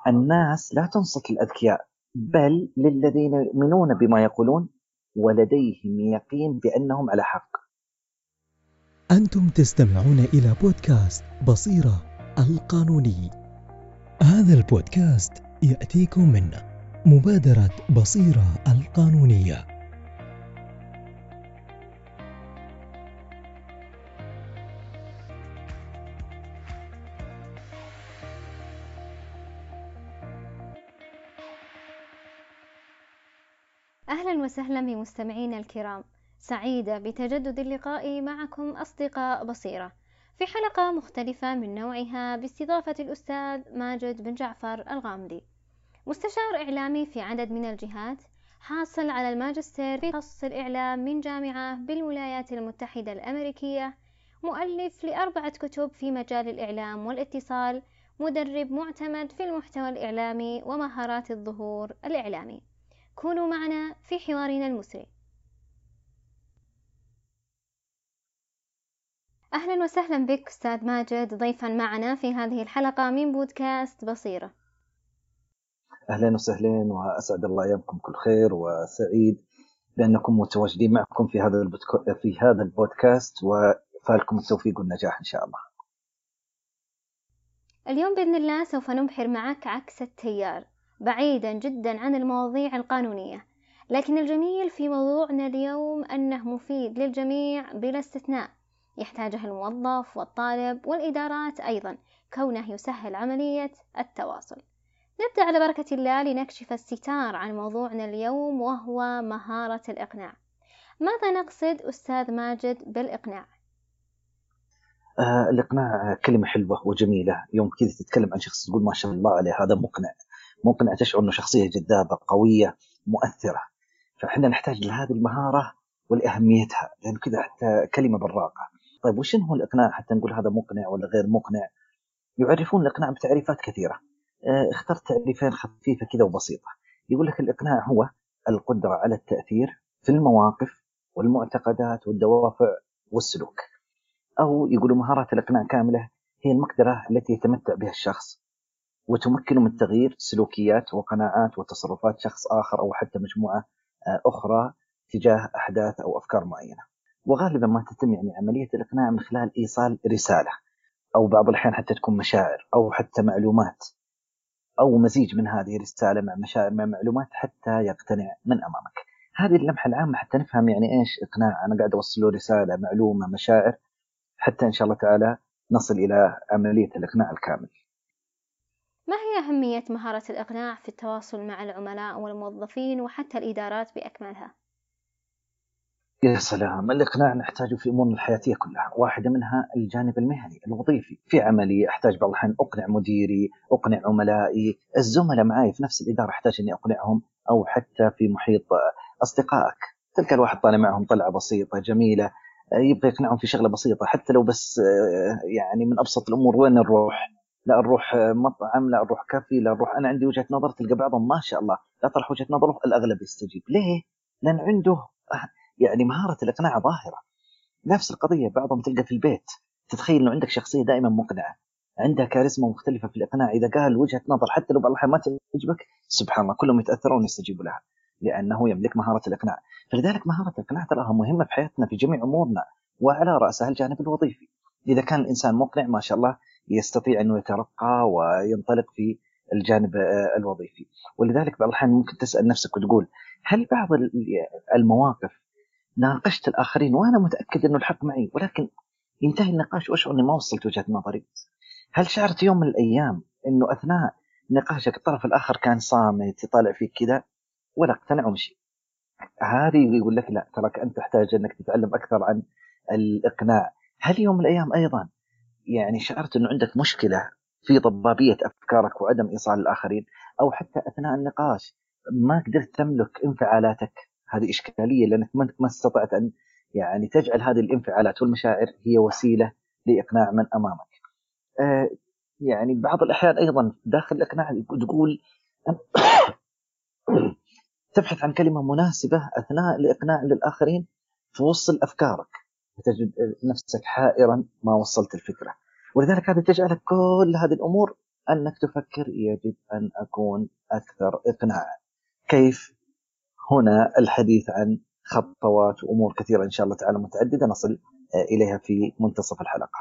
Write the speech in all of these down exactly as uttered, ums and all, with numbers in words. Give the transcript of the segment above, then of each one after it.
الناس لا تنصت للأذكياء، بل للذين يؤمنون بما يقولون ولديهم يقين بأنهم على حق. أنتم تستمعون إلى بودكاست بصيرة القانوني. هذا البودكاست يأتيكم من مبادرة بصيرة القانونية. أهلا وسهلا بمستمعينا الكرام، سعيدة بتجدد اللقاء معكم أصدقاء بصيرة في حلقة مختلفة من نوعها باستضافة الأستاذ ماجد بن جعفر الغامدي، مستشار إعلامي في عدد من الجهات، حاصل على الماجستير في تخصص الإعلام من جامعة بالولايات المتحدة الأمريكية، مؤلف لأربعة كتب في مجال الإعلام والاتصال، مدرب معتمد في المحتوى الإعلامي ومهارات الظهور الإعلامي. كونوا معنا في حوارنا المسري. أهلا وسهلا بك أستاذ ماجد ضيفا معنا في هذه الحلقة من بودكاست بصيرة. أهلا وسهلا، وأسعد الله أيامكم كل خير، وسعيد بأنكم متواجدين معكم في هذا في هذا البودكاست، وفالكم التوفيق والنجاح إن شاء الله. اليوم بإذن الله سوف نبحر معك عكس التيار، بعيدا جدا عن المواضيع القانونية، لكن الجميل في موضوعنا اليوم أنه مفيد للجميع بلا استثناء، يحتاجه الموظف والطالب والإدارات أيضا، كونه يسهل عملية التواصل. نبدأ على بركة الله لنكشف الستار عن موضوعنا اليوم، وهو مهارة الإقناع. ماذا نقصد أستاذ ماجد بالإقناع؟ آه الإقناع كلمة حلوة وجميلة. يوم كذا تتكلم عن شخص تقول ما شاء الله عليه، هذا مقنع مقنع تشعر أنه شخصية جذابة قوية مؤثرة. فإحنا نحتاج لهذه المهارة ولأهميتها، لأنه كذا حتى كلمة براقة. طيب وش هو الإقناع حتى نقول هذا مقنع ولا غير مقنع؟ يعرفون الإقناع بتعريفات كثيرة. آه اخترت تعريفين خفيفة كذا وبسيطة. يقول لك الإقناع هو القدرة على التأثير في المواقف والمعتقدات والدوافع والسلوك. أو يقولوا مهارات الإقناع كاملة هي المقدرة التي يتمتع بها الشخص وتمكنه من تغيير سلوكيات وقناعات وتصرفات شخص آخر أو حتى مجموعة أخرى تجاه أحداث أو أفكار معينة. وغالبا ما تتم يعني عملية الإقناع من خلال إيصال رسالة، أو بعض الأحيان حتى تكون مشاعر أو حتى معلومات، أو مزيج من هذه الرسالة مع مشاعر مع معلومات حتى يقتنع من أمامك. هذه اللمحة العامة حتى نفهم يعني إيش إقناع. أنا قاعد أوصل له رسالة، معلومة، مشاعر، حتى إن شاء الله تعالى نصل إلى عملية الإقناع الكامل. ما هي أهمية مهارة الإقناع في التواصل مع العملاء والموظفين وحتى الإدارات بأكملها؟ يا سلام، الإقناع نحتاجه في أمورنا الحياتية كلها. واحدة منها الجانب المهني الوظيفي. في عملي أحتاج بعض الأحيان أقنع مديري، أقنع عملائي، الزملاء معي في نفس الإدارة أحتاج أني أقنعهم، أو حتى في محيط أصدقائك تلقى الواحد طالع معهم طلعة بسيطة جميلة، يبغى يقنعهم في شغلة بسيطة حتى لو بس يعني من أبسط الأمور. وين نروح؟ لا نروح مطعم، لا نروح كافي، لا نروح. أنا عندي وجهة نظر، تلقى بعضهم ما شاء الله لا طرح وجهة نظره الأغلب يستجيب. ليه؟ لأن عنده يعني مهارة الإقناع ظاهرة. نفس القضية بعضهم تلقى في البيت، تتخيل أنه عندك شخصية دائما مقنعة، عندها كاريزما مختلفة في الإقناع. إذا قال وجهة نظر حتى لو بعض الأحيان ما تعجبك، سبحان الله كلهم يتأثرون يستجيبوا لها، لأنه يملك مهارة الإقناع. فلذلك مهارة الإقناع تراها مهمة في حياتنا في جميع أمورنا، وعلى رأسها الجانب الوظيفي. إذا كان الإنسان مقنع ما شاء الله يستطيع أنه يترقى وينطلق في الجانب الوظيفي. ولذلك بعض الأحيان ممكن تسأل نفسك وتقول هل بعض المواقف ناقشت الآخرين وأنا متأكد أنه الحق معي، ولكن ينتهي النقاش وأشعر أني ما وصلت وجهة نظري؟ هل شعرت يوم من الأيام أنه أثناء نقاشك الطرف الآخر كان صامت يطالع فيك كذا ولا اقتنع ومشي؟ هذه يقول لك لا، تراك أنت تحتاج أنك تتعلم أكثر عن الإقناع. هل يوم من الأيام أيضا يعني شعرت أنه عندك مشكلة في ضبابية أفكارك وعدم إيصال الآخرين، أو حتى أثناء النقاش ما قدرت تملك انفعالاتك؟ هذه إشكالية، لأنك ما استطعت أن يعني تجعل هذه الانفعالات والمشاعر هي وسيلة لإقناع من أمامك. آه يعني بعض الأحيان أيضا داخل الإقناع تقول تبحث عن كلمة مناسبة أثناء الإقناع للآخرين توصل أفكارك، وتجد نفسك حائرا ما وصلت الفكرة. ولذلك هذا تجعلك كل هذه الأمور أنك تفكر يجب أن أكون أكثر إقناعا. كيف؟ هنا الحديث عن خطوات وأمور كثيرة إن شاء الله تعالى متعددة نصل إليها في منتصف الحلقة.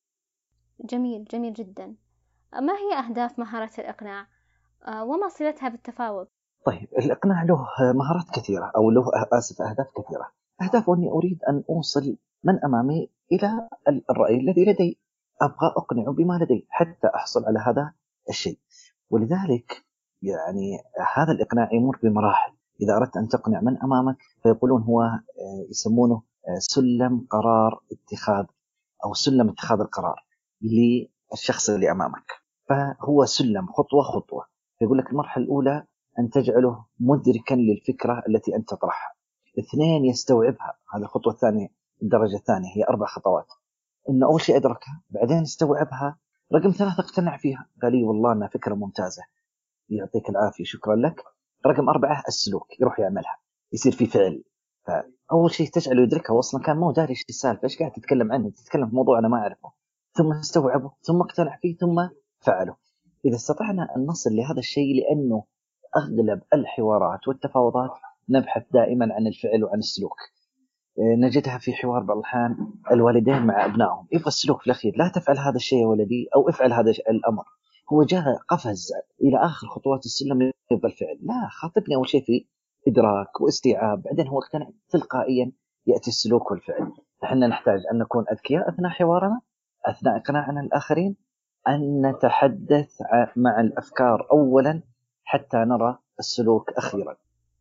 جميل جميل جدا. ما هي أهداف مهارة الإقناع وما صلتها بالتفاوض؟ طيب، الإقناع له مهارات كثيرة أو له آسف أهداف كثيرة. أهداف أني أريد أن أوصل من أمامي إلى الرأي الذي لدي، أبغى أقنعه بما لدي حتى أحصل على هذا الشيء. ولذلك يعني هذا الإقناع يمر بمراحل. إذا أردت أن تقنع من أمامك فيقولون هو يسمونه سلم قرار اتخاذ أو سلم اتخاذ القرار للشخص اللي أمامك. فهو سلم خطوة خطوة. يقول لك المرحلة الأولى أن تجعله مدركا للفكرة التي أنت تطرحها. اثنين، يستوعبها. هذه الخطوة الثانية. الدرجة الثانية هي أربع خطوات. إن أول شيء أدركها، بعدين استوعبها. رقم ثلاثة، اقتنع فيها، قال لي والله أنها فكرة ممتازة، يعطيك العافية، شكرا لك. رقم أربعة، السلوك، يروح يعملها، يصير في فعل. فأول شيء تجعله يدركها، وأصلا كان مو داري إيش السالفة، إيش قاعد تتكلم عنه، تتكلم في موضوع أنا ما أعرفه، ثم استوعبه، ثم اقتنع فيه، ثم فعله. إذا استطعنا أن نصل لهذا الشيء، لأنه أغلب الحوارات والتفاوضات نبحث دائما عن الفعل وعن السلوك. نجدها في حوار بعض الأحيان الوالدين مع أبنائهم، يبغى السلوك في الأخير، لا تفعل هذا الشيء يا ولدي، أو افعل هذا الأمر. هو جاء قفز إلى آخر خطوات السلم يبغى الفعل. لا، خاطبني أول شيء في إدراك واستيعاب، بعدين هو اقتنع، تلقائيا يأتي السلوك والفعل. فإحنا نحتاج أن نكون أذكياء أثناء حوارنا، أثناء إقناعنا الآخرين، أن نتحدث مع الأفكار أولا حتى نرى السلوك أخيرا.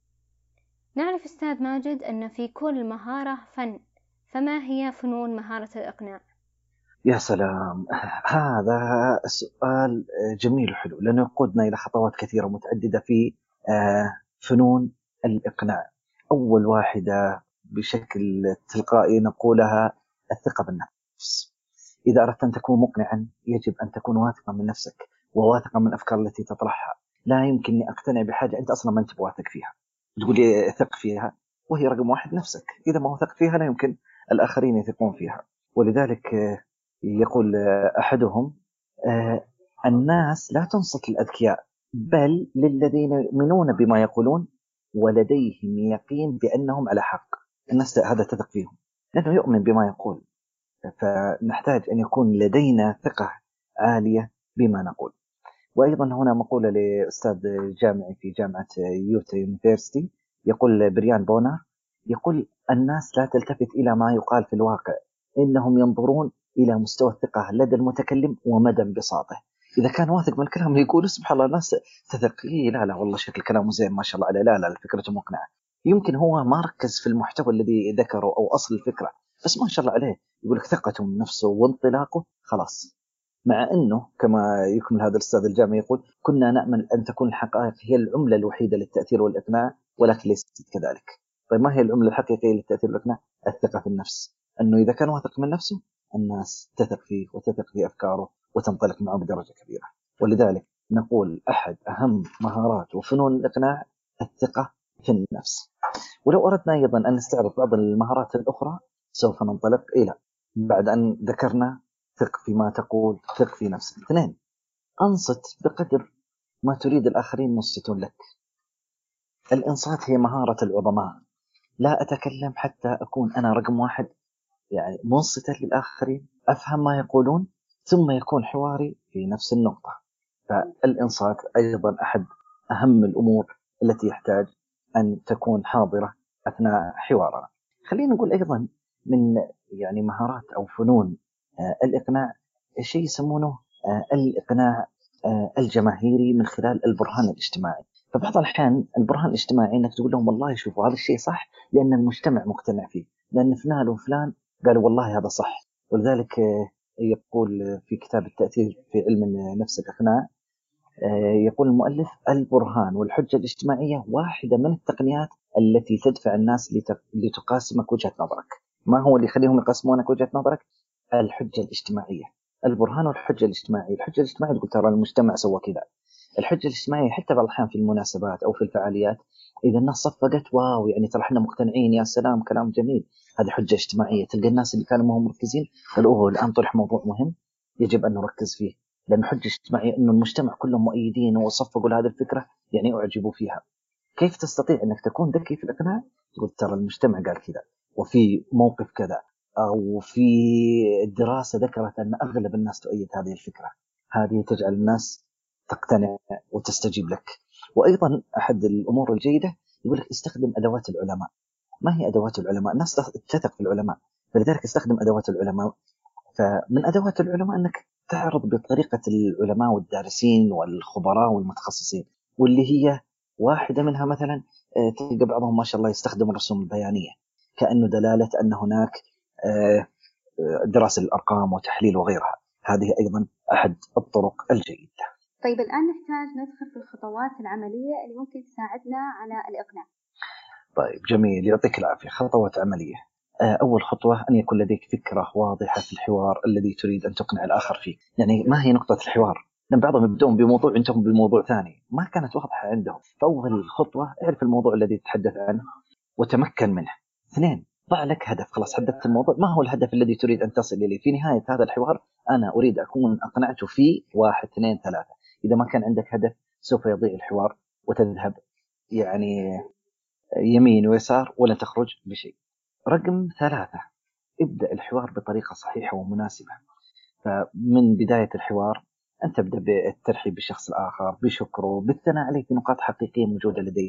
نعرف أستاذ ماجد أن في كل مهارة فن، فما هي فنون مهارة الإقناع؟ يا سلام، هذا السؤال جميل وحلو، لأنه يقودنا إلى خطوات كثيرة متعددة في فنون الإقناع. أول واحدة بشكل تلقائي نقولها الثقة بالنفس. إذا أردت أن تكون مقنعا يجب أن تكون واثقا من نفسك وواثقا من الأفكار التي تطرحها. لا يمكن أقتنع بحاجة أنت أصلا ما أنت واثق فيها، تقول لي ثق فيها، وهي رقم واحد نفسك. إذا ما وثق فيها لا يمكن الآخرين يثقون فيها. ولذلك يقول أحدهم الناس لا تنصت للأذكياء، بل للذين يؤمنون بما يقولون ولديهم يقين بأنهم على حق. الناس هذا تثق فيهم لأنه يؤمن بما يقول. فنحتاج أن يكون لدينا ثقة عالية بما نقول. وأيضا هنا مقولة لأستاذ جامعي في جامعة يوتا يونيفرسيتي، يقول بريان بونر، يقول الناس لا تلتفت إلى ما يقال في الواقع، إنهم ينظرون إلى مستوى الثقة لدى المتكلم ومدى انبساطه. إذا كان واثق من الكلام اللي يقوله سبحان الله الناس تثق. إيه لا لا والله شكل كلامه زين ما شاء الله عليه، لا لا فكرته مقنعة. يمكن هو ما ركز في المحتوى الذي ذكره أو أصل الفكرة، بس ما شاء الله عليه يقول لك ثقته من نفسه وانطلاقه خلاص. مع أنه كما يكمل هذا الأستاذ الجامعي يقول كنا نأمل أن تكون الحقائق هي العملة الوحيدة للتأثير والإقناع، ولكن ليست كذلك. طيب ما هي العملة الحقيقية للتأثير والإقناع؟ الثقة في النفس. أنه إذا كان واثق من نفسه الناس تثق فيه وتثق في أفكاره وتنطلق معه بدرجة كبيرة. ولذلك نقول أحد أهم مهارات وفنون الإقناع الثقة في النفس. ولو أردنا أيضا أن نستعرض بعض المهارات الأخرى سوف ننطلق إلى، بعد أن ذكرنا ثق فيما تقول، ثق في نفسك. اثنين، أنصت بقدر ما تريد الآخرين ينصتون لك. الإنصات هي مهارة العظماء. لا أتكلم حتى أكون أنا رقم واحد يعني منصتا للآخرين، أفهم ما يقولون، ثم يكون حواري في نفس النقطة. فالإنصات أيضا أحد أهم الأمور التي يحتاج أن تكون حاضرة أثناء حوارنا. خلينا نقول أيضا من يعني مهارات أو فنون الإقناع شيء يسمونه الإقناع الجماهيري من خلال البرهان الاجتماعي. فبعض الأحيان البرهان الاجتماعي أنك تقول لهم والله شوفوا هذا الشيء صح لأن المجتمع مقتنع فيه، لأن فلان وفلان قالوا والله هذا صح. ولذلك يقول في كتاب التأثير في علم النفس الإقناع، يقول المؤلف البرهان والحجة الاجتماعية واحدة من التقنيات التي تدفع الناس لتقاسمك وجهة نظرك. ما هو اللي يخليهم يقاسمونك وجهة نظرك؟ الحجة الاجتماعية. البرهان والحجة الاجتماعية. الحجة الاجتماعية تقول ترى المجتمع سوى كذا. الحجة الاجتماعية حتى بعض الأحيان في المناسبات أو في الفعاليات إذا الناس صفقت واو يعني ترى احنا مقتنعين، يا سلام كلام جميل، هذه حجة اجتماعية. تلقى الناس اللي كانوا مهم مركزين قالوا أوه الآن طرح موضوع مهم يجب أن نركز فيه، لأن حجة اجتماعية أنه المجتمع كلهم مؤيدين وصفقوا لهذه الفكرة يعني أعجبوا فيها. كيف تستطيع أنك تكون ذكي في الإقناع؟ تقول ترى المجتمع قال كذا، وفي موقف كذا، أو في دراسة ذكرت أن أغلب الناس تؤيد هذه الفكرة. هذه تجعل الناس تقتنع وتستجيب لك. وأيضا أحد الأمور الجيدة يقول لك استخدم أدوات العلماء. ما هي أدوات العلماء؟ الناس تثق في العلماء، فلذلك استخدم أدوات العلماء. فمن أدوات العلماء أنك تعرض بطريقة العلماء والدارسين والخبراء والمتخصصين، واللي هي واحدة منها مثلا تلقى بعضهم ما شاء الله يستخدم الرسوم البيانية كأنه دلالة أن هناك دراسة الأرقام وتحليل وغيرها. هذه أيضا أحد الطرق الجيدة. طيب الآن نحتاج ندخل في الخطوات العملية اللي ممكن تساعدنا على الإقناع. طيب جميل، يعطيك العافية. خطوات عملية. أول خطوة أن يكون لديك فكرة واضحة في الحوار الذي تريد أن تقنع الآخر فيه. يعني ما هي نقطة الحوار؟ لأن بعضهم يبدون بموضوع عندهم بموضوع ثاني ما كانت واضحة عندهم. فأول خطوة اعرف الموضوع الذي تتحدث عنه وتمكن منه. اثنين، ضع لك هدف. خلاص حددت الموضوع، ما هو الهدف الذي تريد أن تصل إليه في نهاية هذا الحوار؟ أنا أريد أكون أقنعت فيه واحد اثنين ثلاثة. إذا ما كان عندك هدف سوف يضيع الحوار وتذهب يعني يمين ويسار ولن تخرج بشيء. رقم ثلاثة، ابدأ الحوار بطريقة صحيحة ومناسبة. فمن بداية الحوار أن تبدأ بالترحيب بالشخص الآخر، بشكره، بالثناء عليه في نقاط حقيقية موجودة لديه.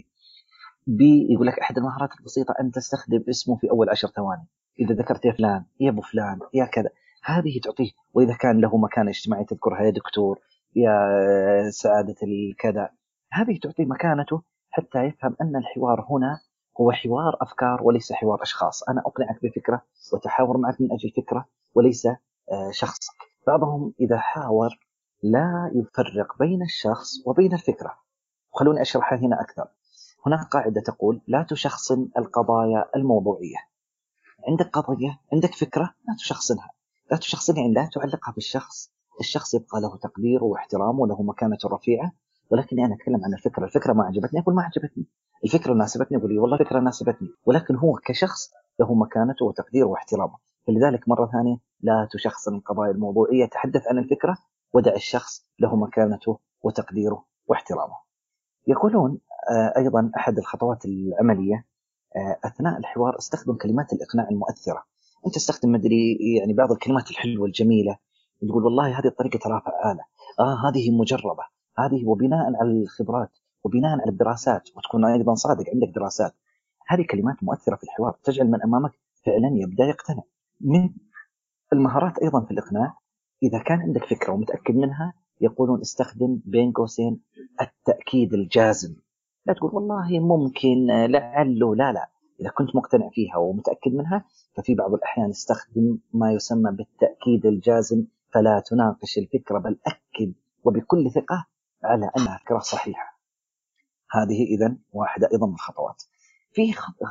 بي يقول لك أحد المهارات البسيطة أن تستخدم اسمه في أول عشر ثواني. إذا ذكرت يا فلان، يا أبو فلان، يا كذا، هذه تعطيه. وإذا كان له مكانة اجتماعية تذكرها يا دكتور، يا سعادة الكذا. هذه تعطيه مكانته حتى يفهم أن الحوار هنا هو حوار أفكار وليس حوار أشخاص. أنا أقنعك بفكرة وتحاور معك من أجل فكرة وليس شخصك. بعضهم إذا حاور لا يفرق بين الشخص وبين الفكرة. وخلوني أشرحها هنا أكثر. هناك قاعدة تقول لا تشخصن القضايا الموضوعية. عندك قضية، عندك فكرة، لا تشخصنها. لا تشخصنها يعني لا تعلقها بالشخص. الشخص يبقى له تقديره واحترامه وله مكانة رفيعة، ولكن أنا أتكلم عن الفكرة. الفكرة ما عجبتني أقول ما عجبتني. الفكرة ناسبتني أقول والله الفكرة ناسبتني، ولكن هو كشخص له مكانته وتقديره واحترامه. فلذلك مرة ثانية لا تشخصن القضايا الموضوعية، تحدث عن الفكرة ودع الشخص له مكانته وتقديره واحترامه. يقولون أيضا أحد الخطوات العملية أثناء الحوار استخدم كلمات الإقناع المؤثرة. أنت استخدم مدري يعني بعض الكلمات الحلوة الجميلة، تقول والله هذه الطريقة ترى فعالة، آه هذه مجربة، هذه وبناء على الخبرات وبناء على الدراسات، وتكون أيضا صادق عندك دراسات. هذه كلمات مؤثرة في الحوار تجعل من أمامك فعلا يبدأ يقتنع. من المهارات أيضا في الإقناع إذا كان عندك فكرة ومتأكد منها، يقولون استخدم بين قوسين التأكيد الجازم. لا تقول والله ممكن لعله، لا لا. إذا كنت مقتنع فيها ومتأكد منها ففي بعض الأحيان استخدم ما يسمى بالتأكيد الجازم. فلا تناقش الفكرة بل أكد وبكل ثقة على أنها فكرة صحيحة. هذه إذن واحدة أيضا من الخطوات. في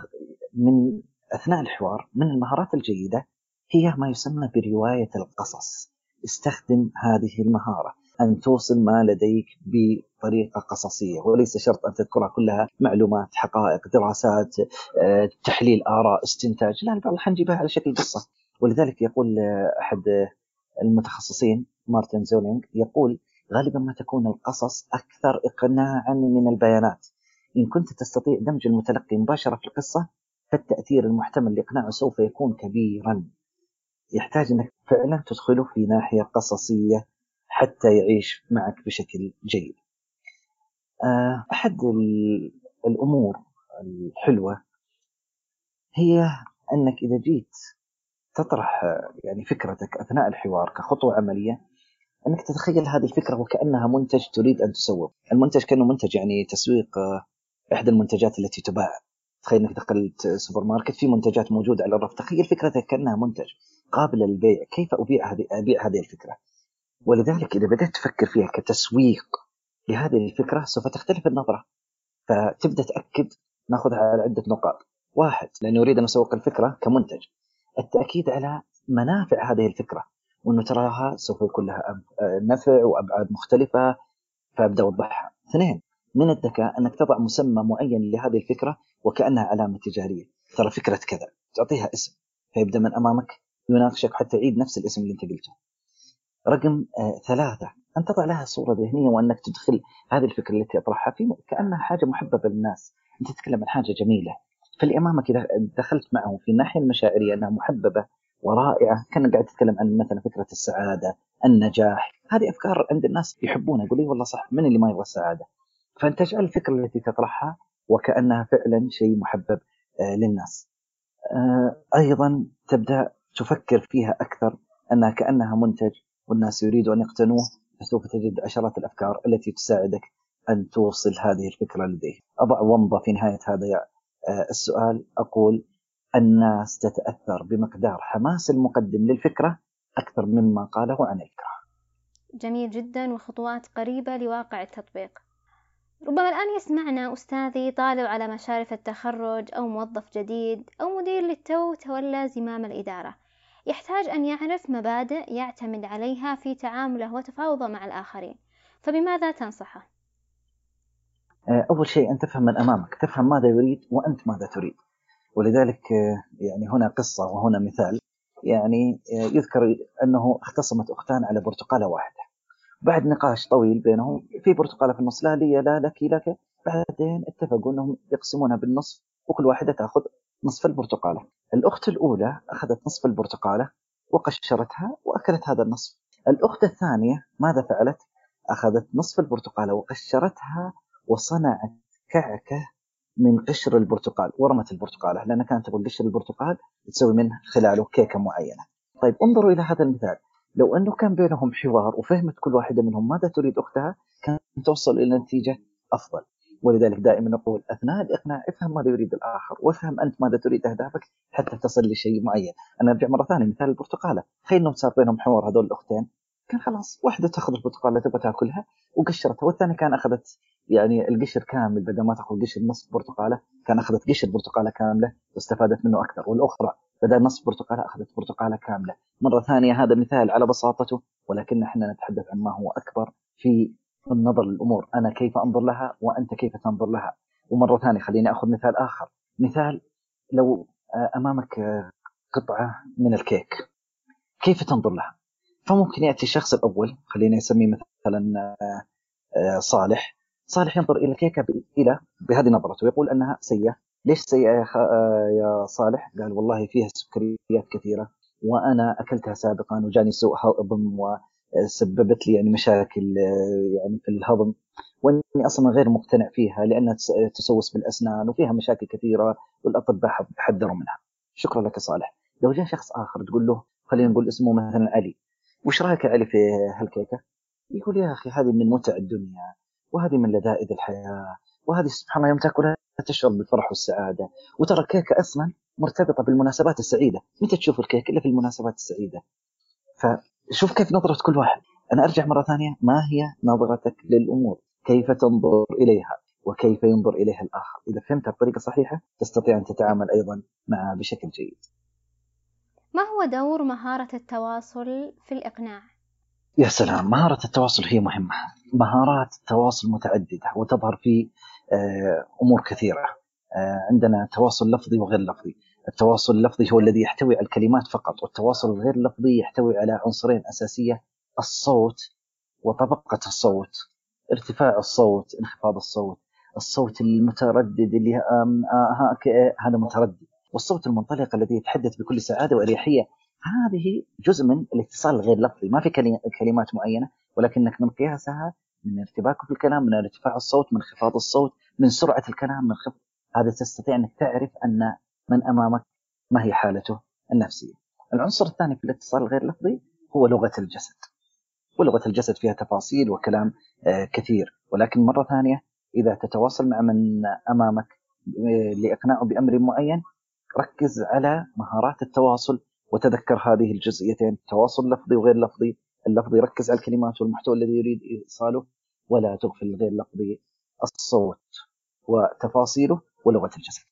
من أثناء الحوار من المهارات الجيدة هي ما يسمى برواية القصص. استخدم هذه المهارة أن توصل ما لديك بطريقة قصصية، وليس شرط أن تذكرها كلها معلومات، حقائق، دراسات، تحليل آراء، استنتاج. لا، بعض الأحيان نجيبها على شكل قصة. ولذلك يقول أحد المتخصصين مارتن زولينغ يقول غالبا ما تكون القصص أكثر إقناعا من البيانات. إن كنت تستطيع دمج المتلقي مباشرة في القصة فالتأثير المحتمل لإقناعه سوف يكون كبيرا. يحتاج أنك فعلا تدخله في ناحية قصصية حتى يعيش معك بشكل جيد. أحد الأمور الحلوة هي أنك إذا جيت تطرح يعني فكرتك أثناء الحوار كخطوة عملية، أنك تتخيل هذه الفكرة وكأنها منتج تريد أن تسوق. المنتج كأنه منتج يعني تسويق إحدى المنتجات التي تباع. تخيل أنك دخلت سوبر ماركت في منتجات موجودة على الرف، تخيل فكرتك كأنها منتج قابل للبيع. كيف أبيع هذه أبيع هذه الفكرة؟ ولذلك إذا بدأت تفكر فيها كتسويق لهذه الفكرة سوف تختلف النظرة. فتبدأ تأكد. نأخذها على عدة نقاط. واحد، لأنه أريد أن أسوق الفكرة كمنتج، التأكيد على منافع هذه الفكرة وأنه تراها سوف يكون لها نفع وأبعاد مختلفة، فأبدأ أوضحها. اثنين، من الذكاء أنك تضع مسمى معين لهذه الفكرة وكأنها علامة تجارية. ترى فكرة كذا، تعطيها اسم فيبدأ من أمامك يناقشك حتى يعيد نفس الاسم اللي انت قلته. رقم آه ثلاثة، أن تضع لها صورة ذهنية، وأنك تدخل هذه الفكرة التي أطرحها في كأنها حاجة محببة للناس. أنت تتكلم عن حاجة جميلة، فاللي أمامك إذا دخلت معه في الناحية المشاعرية أنها محببة ورائعة، كان قاعد تتكلم عن مثلا فكرة السعادة، النجاح، هذه أفكار عند الناس يحبونها، يقول لي والله صح، من اللي ما يبغى السعادة؟ فأنت تجعل الفكرة التي تطرحها وكأنها فعلا شيء محبب آه، للناس. آه، أيضا تبدأ تفكر فيها أكثر أنها كأنها منتج والناس يريدوا أن يقتنوه، فسوف تجد عشرات الأفكار التي تساعدك أن توصل هذه الفكرة لديه. أضع ومضة في نهاية هذا آه، السؤال، أقول الناس تتأثر بمقدار حماس المقدم للفكرة أكثر مما قاله عن الفكرة. جميل جدا، وخطوات قريبة لواقع التطبيق. ربما الآن يسمعنا أستاذي طالب على مشارف التخرج أو موظف جديد أو مدير للتو تولى زمام الإدارة، يحتاج أن يعرف مبادئ يعتمد عليها في تعامله وتفاوضه مع الآخرين، فبماذا تنصحه؟ أول شيء أن تفهم من أمامك، تفهم ماذا يريد وأنت ماذا تريد. ولذلك يعني هنا قصة وهنا مثال. يعني يذكر أنه اختصمت أختان على برتقالة واحدة، بعد نقاش طويل بينهم في برتقالة في النص، لا لي لا لك لك، بعدين اتفقوا أنهم يقسمونها بالنصف وكل واحدة تأخذ نصف البرتقالة. الأخت الأولى أخذت نصف البرتقالة وقشرتها وأكلت هذا النصف. الأخت الثانية ماذا فعلت؟ أخذت نصف البرتقالة وقشرتها وصنعت كعكة من قشر البرتقال ورمت البرتقالة، لأنها كانت تقول قشر البرتقال تسوي منه خلاله كيكة معينة. طيب انظروا إلى هذا المثال، لو أنه كان بينهم حوار وفهمت كل واحدة منهم ماذا تريد أختها، كانت توصل إلى نتيجة أفضل. ولذلك دائما نقول أثناء الإقناع افهم ماذا يريد الآخر، وافهم أنت ماذا تريد أهدافك حتى تصل لشيء معين. أنا أرجع مرة ثانية مثال البرتقالة، تخيل أنه صار بينهم حوار هذول الأختين، كان خلاص واحدة تأخذ البرتقالة تبغى تأكلها وقشرتها، والثانية كان أخذت يعني القشر كامل، بدل ما تأخذ قشر نصف برتقالة كان أخذت قشر برتقالة كاملة واستفادت منه أكثر، والأخرى بدل نصف برتقالة أخذت برتقالة كاملة. مرة ثانية هذا مثال على بساطته، ولكن احنا نتحدث عن ما هو أكبر في النظر للأمور، أنا كيف أنظر لها وأنت كيف تنظر لها. ومرة ثانية خليني أخذ مثال آخر، مثال لو أمامك قطعة من الكيك، كيف تنظر لها؟ فممكن يأتي الشخص الأول، خلينا نسميه مثلا صالح، صالح ينظر إلى الكيكة إلى بهذه نظرته ويقول أنها سيئة. ليش سيئة يا, خ... يا صالح؟ قال والله فيها سكريات كثيرة وأنا أكلتها سابقا وجاني سوء هضم وسببت لي يعني مشاكل يعني في الهضم، وأني أصلا غير مقتنع فيها لأنها تسوس بالأسنان وفيها مشاكل كثيرة والأطباء حذروا منها. شكرا لك صالح. لو جاء شخص آخر تقول له خلينا نقول اسمه مثلا علي، وش رأيك علي في هالكيكة؟ يقول يا أخي هذه من متع الدنيا وهذه من لذائذ الحياة، وهذه سبحان الله يوم تأكلها تشعر بالفرح والسعادة، وترى الكيكة أصلا مرتبطة بالمناسبات السعيدة، متى تشوف الكيك إلا في المناسبات السعيدة؟ فشوف كيف نظرة كل واحد. أنا أرجع مرة ثانية، ما هي نظرتك للأمور؟ كيف تنظر إليها وكيف ينظر إليها الآخر؟ إذا فهمتها بطريقة صحيحة تستطيع أن تتعامل أيضا معها بشكل جيد. ما هو دور مهارة التواصل في الإقناع؟ يا سلام، مهارة التواصل هي مهمة. مهارات التواصل متعددة وتظهر في أمور كثيرة. عندنا تواصل لفظي وغير لفظي. التواصل اللفظي هو الذي يحتوي على الكلمات فقط، والتواصل الغير لفظي يحتوي على عنصرين أساسية: الصوت وطبقة الصوت، ارتفاع الصوت، انخفاض الصوت، الصوت المتردد اللي آم آه هذا متردد، والصوت المنطلق الذي يتحدث بكل سعادة وأريحية. هذه جزء من الاتصال الغير لفظي، ما في كلمات معينة، ولكنك من قياسها، من ارتباكه في الكلام، من ارتفاع الصوت، من انخفاض الصوت، من سرعة الكلام، من خفض، هذا تستطيع أنك تعرف أن من أمامك ما هي حالته النفسية. العنصر الثاني في الاتصال الغير لفظي هو لغة الجسد، ولغة الجسد فيها تفاصيل وكلام كثير، ولكن مرة ثانية إذا تتواصل مع من أمامك لإقناعه بأمر معين، ركز على مهارات التواصل وتذكر هذه الجزئيتين: تواصل لفظي وغير لفظي. اللفظي ركز على الكلمات والمحتوى الذي يريد إيصاله، ولا تغفل الغير لفظي: الصوت وتفاصيله ولغة الجسد.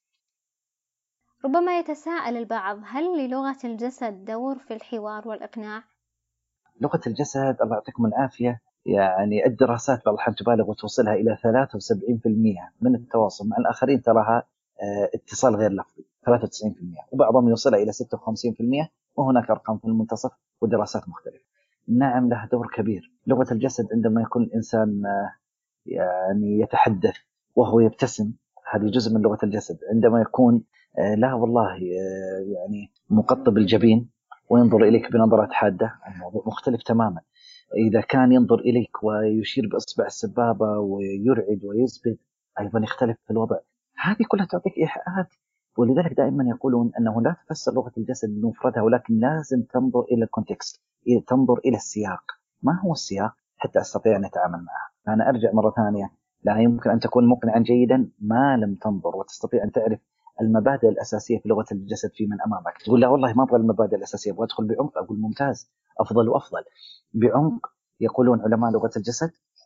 ربما يتساءل البعض، هل للغة الجسد دور في الحوار والإقناع؟ لغة الجسد الله يعطيكم العافية، يعني الدراسات بعض الأحيان تبالغ وتوصلها إلى ثلاثة وسبعين بالمئة من التواصل مع الآخرين تراها اتصال غير لفظي، ثلاثة وتسعين بالمئة، وبعضهم يوصلها إلى ستة وخمسين بالمئة، وهناك أرقام في المنتصف ودراسات مختلفة. نعم لها دور كبير. لغة الجسد عندما يكون الإنسان يعني يتحدث وهو يبتسم، هذه جزء من لغة الجسد. عندما يكون لا والله يعني مقطب الجبين وينظر إليك بنظرة حادة، الموضوع مختلف تماما. إذا كان ينظر إليك ويشير بإصبع السبابة ويرعد ويزبد، أيضا يختلف في الوضع. هذه كلها تعطيك إيحاءات. ولذلك دائما يقولون أنه لا تفسر لغة الجسد بمفردها، ولكن لازم تنظر إلى الكونتكست، تنظر إلى السياق. ما هو السياق حتى أستطيع أن أتعامل معه؟ أنا أرجع مرة ثانية، لا يمكن أن تكون مقنعا جيدا ما لم تنظر وتستطيع أن تعرف المبادئ الأساسية في لغة الجسد في من أمامك. تقول لا والله ما أبغى المبادئ الأساسية، أبغى أدخل بعمق. أقول ممتاز، أفضل وأفضل. بعمق يقولون علماء لغة الجسد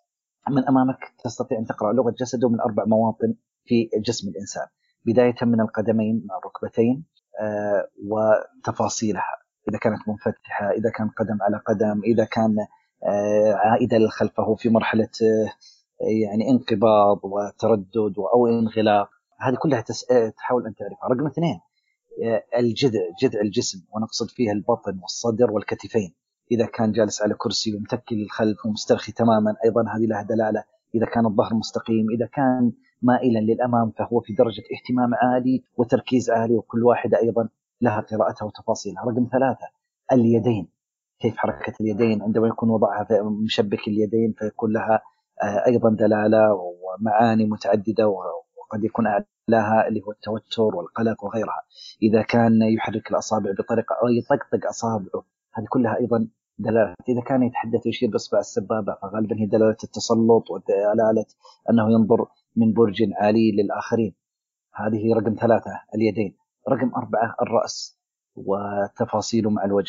من أمامك تستطيع أن تقرأ لغة جسده من أربع مواطن في جسم الإنسان، بداية من القدمين مع الركبتين آه وتفاصيلها، إذا كانت منفتحة، إذا كان قدم على قدم، إذا كان آه عائدة للخلف فهو في مرحلة آه يعني انقباض وتردد أو انغلاق. هذه كلها تحاول أن تعرفها. رقم اثنين الجذع، جذع الجسم، ونقصد فيها البطن والصدر والكتفين. إذا كان جالس على كرسي ومتكي للخلف ومسترخي تماما، أيضا هذه لها دلالة. إذا كان الظهر مستقيم، إذا كان مائلا للأمام فهو في درجة اهتمام عالي وتركيز عالي، وكل واحدة أيضا لها قراءتها وتفاصيلها. رقم ثلاثة اليدين، كيف حركة اليدين عندما يكون وضعها مشبك اليدين فيكون لها أيضا دلالة ومعاني متعددة، وقد يكون أعلاها اللي هو التوتر والقلق وغيرها. إذا كان يحرك الأصابع بطريقة أو يطقطق أصابعه، هذه كلها أيضا دلالة. إذا كان يتحدث ويشير بإصبع السبابة فغالبا هي دلالة التسلط ودلالة أنه ينظر من برج عالي للآخرين. هذه رقم ثلاثة اليدين. رقم أربعة الرأس وتفاصيله مع الوجه.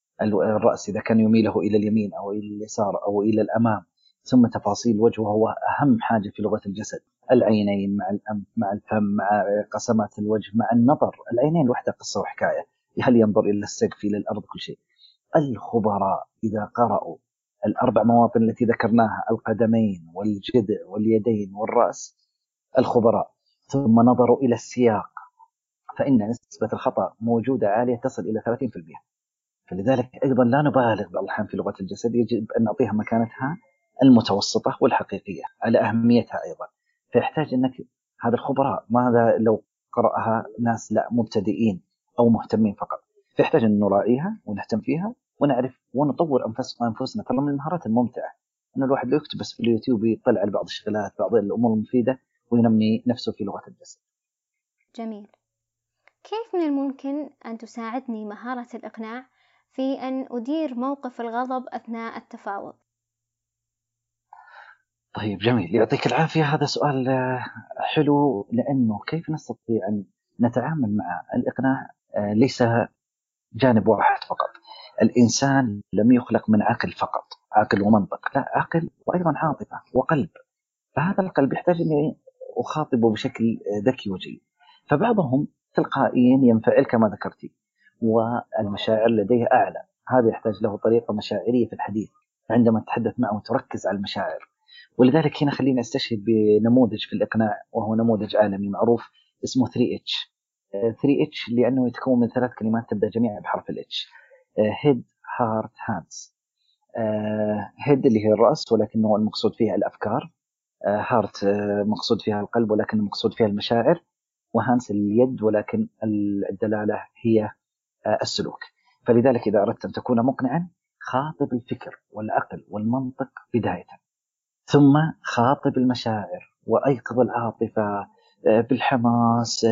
الرأس إذا كان يميله إلى اليمين أو إلى اليسار أو إلى الأمام، ثم تفاصيل الوجه وهو أهم حاجة في لغة الجسد. العينين مع الأنف مع الفم مع قسمات الوجه مع النظر. العينين وحدها قصة وحكاية، هل ينظر إلى السقف إلى الأرض كل شيء. الخبراء إذا قرأوا الأربع مواطن التي ذكرناها، القدمين والجذع واليدين والرأس، الخبراء ثم نظروا إلى السياق، فإن نسبة الخطأ موجودة عالية تصل إلى ثلاثين بالمئة. فلذلك أيضا لا نبالغ بعض الأحيان في لغة الجسد، يجب أن نعطيها مكانتها المتوسطة والحقيقية على أهميتها أيضا. فيحتاج أنك هذا الخبراء، ماذا لو قرأها ناس لا مبتدئين أو مهتمين فقط؟ فيحتاج أن نراعيها ونهتم فيها ونعرف ونطور أنفسنا. ترى من المهارات الممتعة أن الواحد لو يكتب بس في اليوتيوب يطلع على بعض الشغلات، بعض الأمور المفيدة، وينمي نفسه في لغة الجسد. جميل. كيف من الممكن أن تساعدني مهارة الإقناع في أن أدير موقف الغضب أثناء التفاوض؟ طيب جميل، يعطيك العافية. هذا سؤال حلو، لأنه كيف نستطيع أن نتعامل مع الإقناع ليس جانب واحد فقط. الإنسان لم يخلق من عقل فقط، عقل ومنطق، لا، عقل وأيضا عاطفة وقلب. فهذا القلب يحتاج أن أخاطبه بشكل ذكي وجيد. فبعضهم تلقائيا ينفعل كما ذكرتي، والمشاعر لديه أعلى، هذا يحتاج له طريقة مشاعرية في الحديث. عندما تتحدث معه تركز على المشاعر. ولذلك هنا خلينا استشهد بنموذج في الإقناع، وهو نموذج عالمي معروف اسمه ثري إتش. ثري إتش لأنه يتكون من ثلاث كلمات تبدأ جميعا بحرف الإتش: هيد، هارت، هاندز. هيد اللي هي الرأس ولكنه المقصود فيها الأفكار، هارت مقصود فيها القلب ولكن المقصود فيها المشاعر، وهاندز اليد ولكن الدلالة هي السلوك. فلذلك إذا أردت أن تكون مقنعا، خاطب الفكر والعقل والمنطق بداية، ثم خاطب المشاعر وأيقظ العاطفة بالحماس،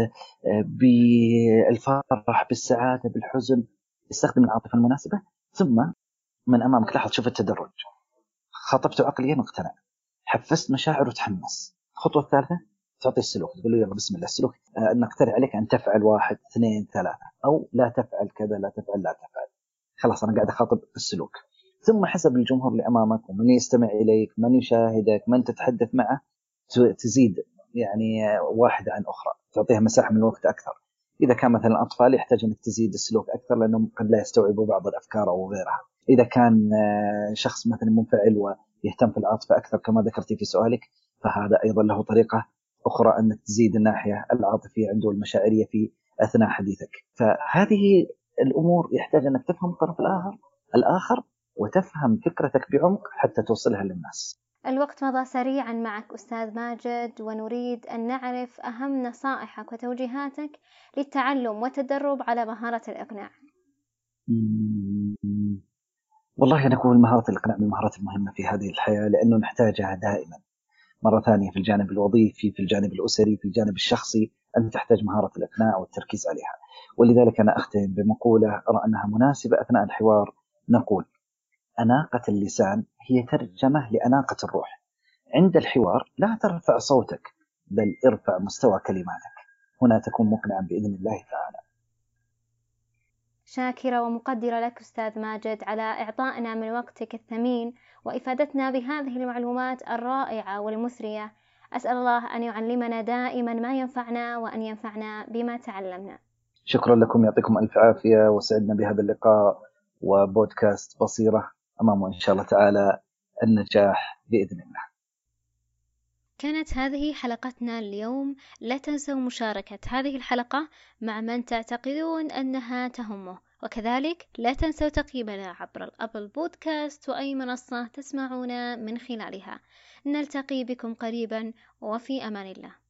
بالفرح، بالسعادة، بالحزن. استخدم العاطفة المناسبة، ثم من أمامك لاحظ، شوف التدرج. خاطبته عقليا واقتنع، حفزت مشاعر وتحمس. الخطوة الثالثة تعطي السلوك، تقول له يلا بسم الله السلوك، نقترح عليك أن تفعل واحد اثنين ثلاثة، أو لا تفعل كذا، لا تفعل لا تفعل. خلاص أنا قاعد أخاطب السلوك. ثم حسب الجمهور اللي أمامك ومن يستمع إليك، من يشاهدك، من تتحدث معه، تزيد يعني واحدة عن أخرى، تعطيها مساحة من الوقت أكثر. إذا كان مثلا أطفال يحتاج أنك تزيد السلوك أكثر لأنهم قد لا يستوعبوا بعض الأفكار أو غيرها. إذا كان شخص مثلا منفعل ويهتم في العاطفة أكثر كما ذكرتي في سؤالك، فهذا أيضا له طريقة أخرى أنك تزيد الناحية العاطفية عنده والمشاعرية في أثناء حديثك. فهذه الأمور يحتاج أنك تفهم الطرف الآخر الآخر وتفهم فكرتك بعمق حتى توصلها للناس. الوقت مضى سريعا معك أستاذ ماجد، ونريد أن نعرف أهم نصائحك وتوجيهاتك للتعلم والتدرب على مهارة الإقناع. والله أنا أقول مهارة الإقناع من المهارات المهمة في هذه الحياة، لأنه نحتاجها دائما. مرة ثانية في الجانب الوظيفي، في الجانب الأسري، في الجانب الشخصي، أنت تحتاج مهارة الإقناع والتركيز عليها. ولذلك أنا أختم بمقولة أرى أنها مناسبة أثناء الحوار، نقول: أناقة اللسان هي ترجمة لأناقة الروح. عند الحوار لا ترفع صوتك، بل ارفع مستوى كلماتك، هنا تكون مقنعا بإذن الله تعالى. شاكرة ومقدرة لك أستاذ ماجد على إعطائنا من وقتك الثمين وإفادتنا بهذه المعلومات الرائعة والمثرية. أسأل الله أن يعلمنا دائما ما ينفعنا وأن ينفعنا بما تعلمنا. شكرا لكم، يعطيكم ألف عافية، وسعدنا بهذا اللقاء وبودكاست بصيرة. أمامه إن شاء الله تعالى النجاح بإذن الله. كانت هذه حلقتنا اليوم. لا تنسوا مشاركة هذه الحلقة مع من تعتقدون أنها تهمه، وكذلك لا تنسوا تقييمنا عبر الأبل بودكاست وأي منصة تسمعون من خلالها. نلتقي بكم قريبا، وفي أمان الله.